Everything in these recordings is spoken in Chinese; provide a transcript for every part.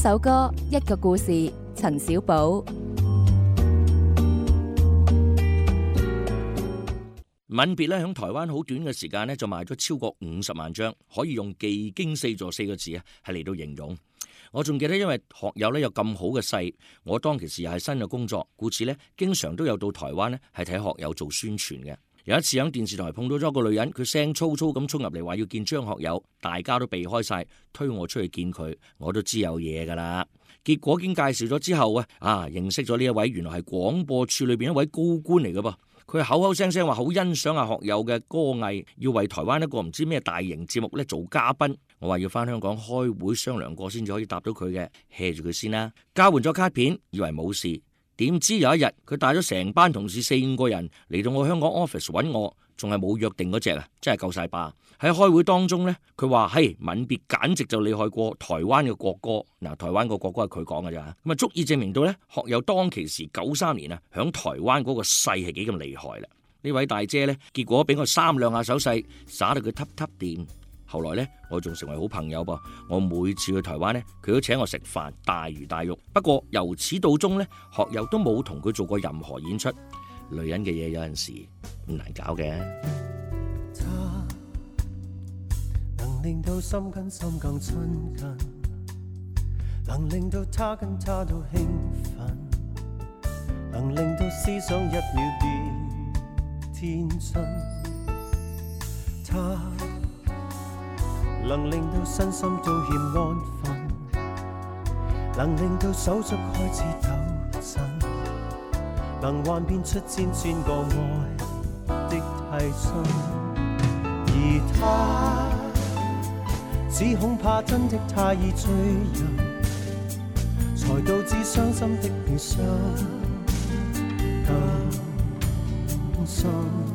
首歌，一個故事，陳小寶。 吻別咧，喺台灣好短嘅時間咧就賣咗超過50萬張，可以用技驚四座4個字啊，係嚟到形容。我仲記得，因為學友咧有咁好嘅勢，我當其時又係新嘅工作，故此咧經常都有到台灣咧係睇學友做宣傳嘅。有一次喺電視台碰到咗個女人，佢聲粗粗咁衝入嚟話要見張學友，大家都避開晒，推我出去見佢，我都知有嘢噶啦。結果經介紹咗之後認識咗呢一位原來係廣播處裏邊一位高官嚟嘅噃。佢口口聲聲話好欣賞學友嘅歌藝，要為台灣一個唔知咩大型節目咧做嘉賓。我話要翻香港開會商量過先至可以答到佢嘅，hea 住佢先啦。交換咗卡片，以為冇事，點知有一日佢帶咗成班同事4、5個人嚟到我香港 office 揾我，仲係冇約定嗰隻啊，真係夠晒霸。喺開會當中呢，佢話：吻別簡直就厲害過台灣嘅國歌。嗱，台灣個國歌係佢講嘅咋，咁啊足以證明到呢，學友當其時93年啊，響台灣嗰個勢係幾咁厲害啦。呢位大姐呢，結果俾我3兩下手勢，耍到佢嗒嗒掂。後來呢，我仲成為好朋友噃。我每次去台灣呢，佢都請我食飯，大魚大肉。不過由始到終呢，學友都冇同佢做過任何演出。女人嘅嘢有陣時唔難搞嘅。 能令到心跟心更親近，能令到他跟他都興奮，能令到思想1秒變天真。他能令到身心都欠安分，能令到手足開始抖震，能幻變出千個愛的替身。而他只恐怕真的太易醉人，才導致傷心的你傷更深。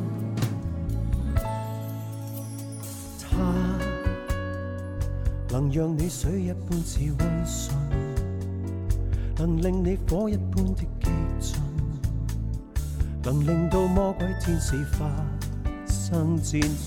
他能讓你水一般似溫順，能令你火一般的激進，能令到魔鬼天使發生戰爭。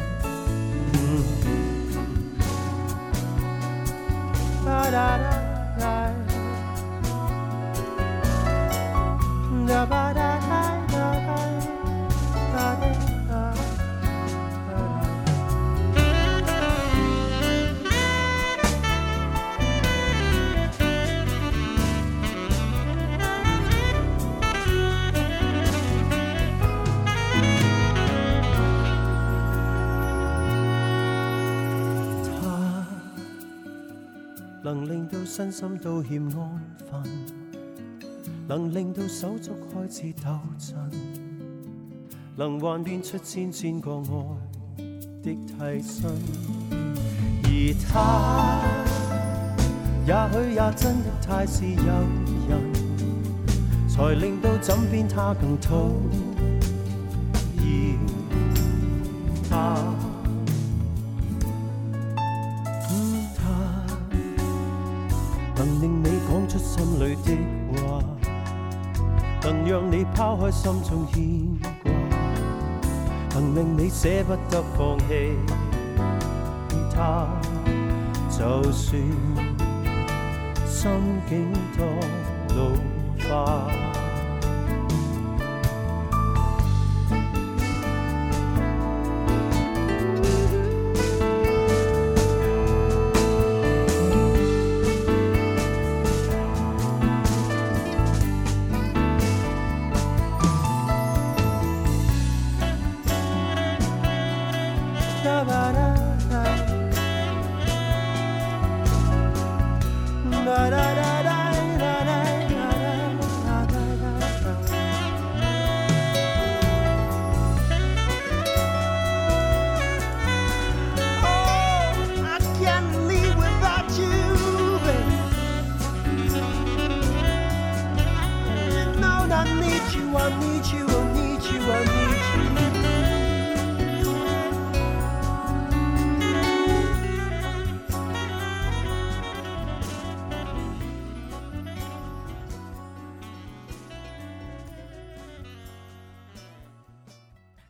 能令到身心都欠安分，能令到手足開始抖震，能幻變出千個愛的替身。而他也許也真的太是誘人，才令到枕邊他更討厭他。能令你講出心裏的話，能讓你拋開心中牽掛，能令你捨不得放棄他。就算心境多老化，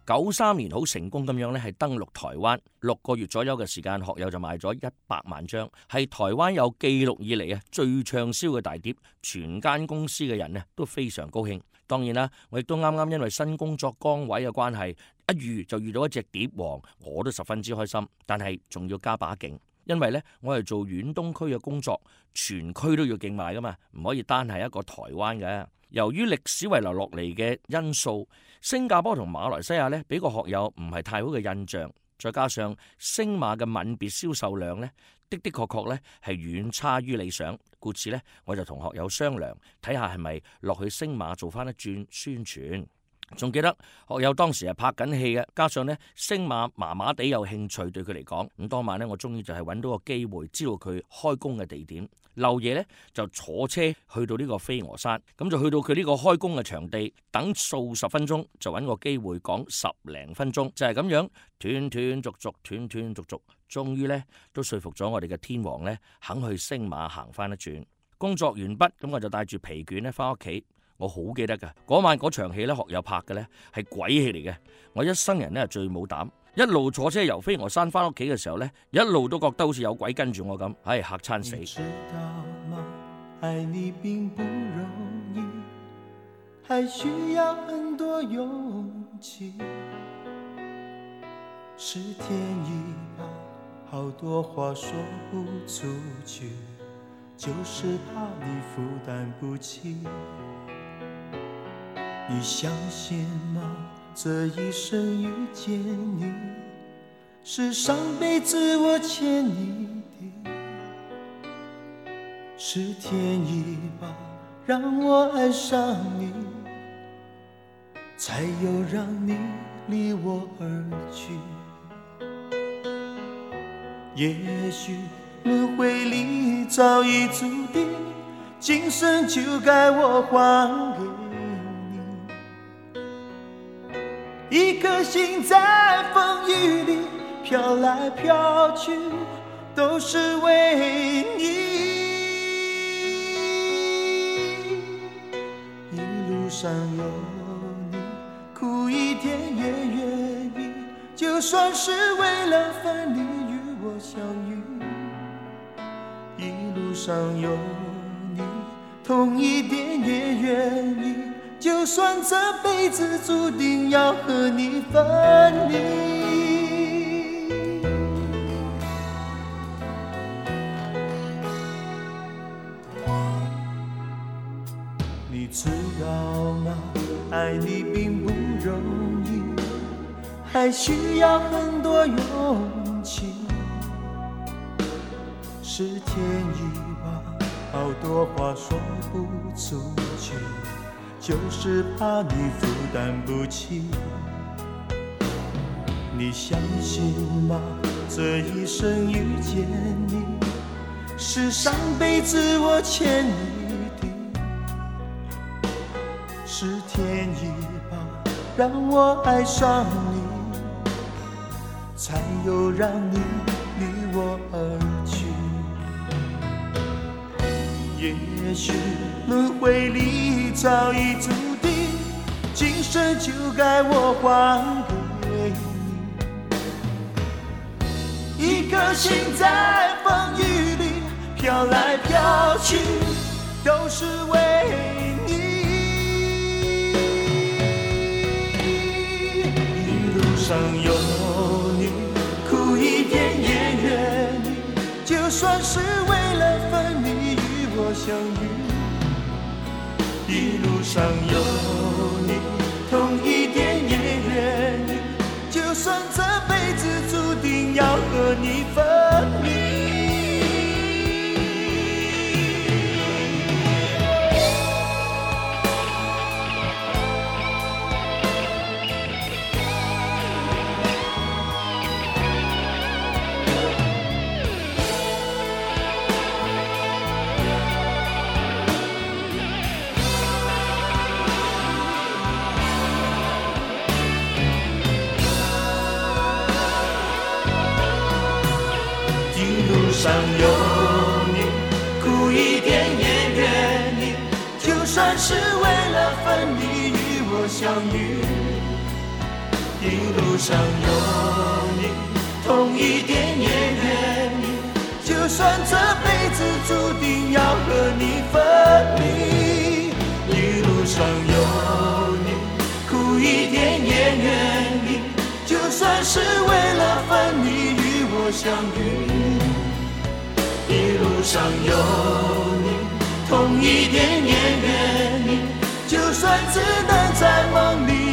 93年好成功咁樣咧，係登陸台灣，6個月左右嘅時間，學友就賣咗100萬張，係台灣有記錄以嚟最暢銷嘅大碟，全間公司嘅人咧都非常高興。當然啦，我亦都啱因為新工作崗位嘅關係，一遇就遇到一隻碟王，我都十分之開心。但係仲要加把勁，因為咧我係做遠東區嘅工作，全區都要競賣噶嘛，唔可以單係一個台灣嘅。由於歷史遺留落嚟嘅因素，新加坡同馬來西亞咧俾個學友唔係太好嘅印象，再加上星馬嘅吻別銷售量咧的確咧係遠差於理想，故此咧我就同學友商量，睇下係咪落去星馬做翻一轉宣傳。仲記得學友當時係拍緊戲嘅，加上咧星馬麻麻地有興趣對佢嚟講，咁當晚咧我終於就係揾到個機會，知道佢開工嘅地點。漏夜咧就坐車去到呢個飛鵝山，咁就去到佢呢個開工嘅場地，等數十分鐘就揾個機會講10零分鐘，就係咁樣斷斷續續，終於咧都說服咗我哋嘅天王咧肯去星馬行翻一轉。工作完畢，咁我就帶住疲倦咧翻屋企。我好記得噶，嗰晚嗰場戲咧學友拍嘅咧係鬼戲嚟嘅，我一生人咧最冇膽，一路坐車由飛鵝山翻屋企嘅時候咧，一路都覺得好似有鬼跟住我咁，唉嚇餐死。 你知道嗎？愛你並不容易，還需要很多勇氣，是天意吧，好多話說不出去，就是怕你負擔不起。你相信嗎？這一生遇見你，是上輩子我欠你的，是天意吧，讓我愛上你，才有讓你離我而去。也許輪迴裡早已注定，今生就該我還給你。一顆心在風雨裡飄來飄去，都是為你。一路上有你，苦一點也願意，就算是為了分離與我相遇。一路上有你，痛一點也願意，就算這輩子注定要和你分離。你知道嗎？愛你並不容易，還需要很多勇氣，是天意吧，好多話說不出去，就是怕你負擔不起。你相信嗎？這一生遇見你，是上輩子我欠你的，是天意吧，讓我愛上你，才有讓你離我而去。也許輪迴裡早已注定，今生就該我還給你。一顆心在風雨裡飄來飄去，都是為你。一路上有你，苦一點也願意，就算是為了分離與我相遇。一路上有你，痛一點也願意，就算這輩子注定要和你分離。上有你，苦一點也願意，就算是為了分離與我相遇。 一路上有你，痛一点也愿意，就算这辈子注定要和你分离。一路上有你，苦一点也愿意，就算是为了分离与我相遇。一路上有你，痛一点也愿意，就算只能在梦里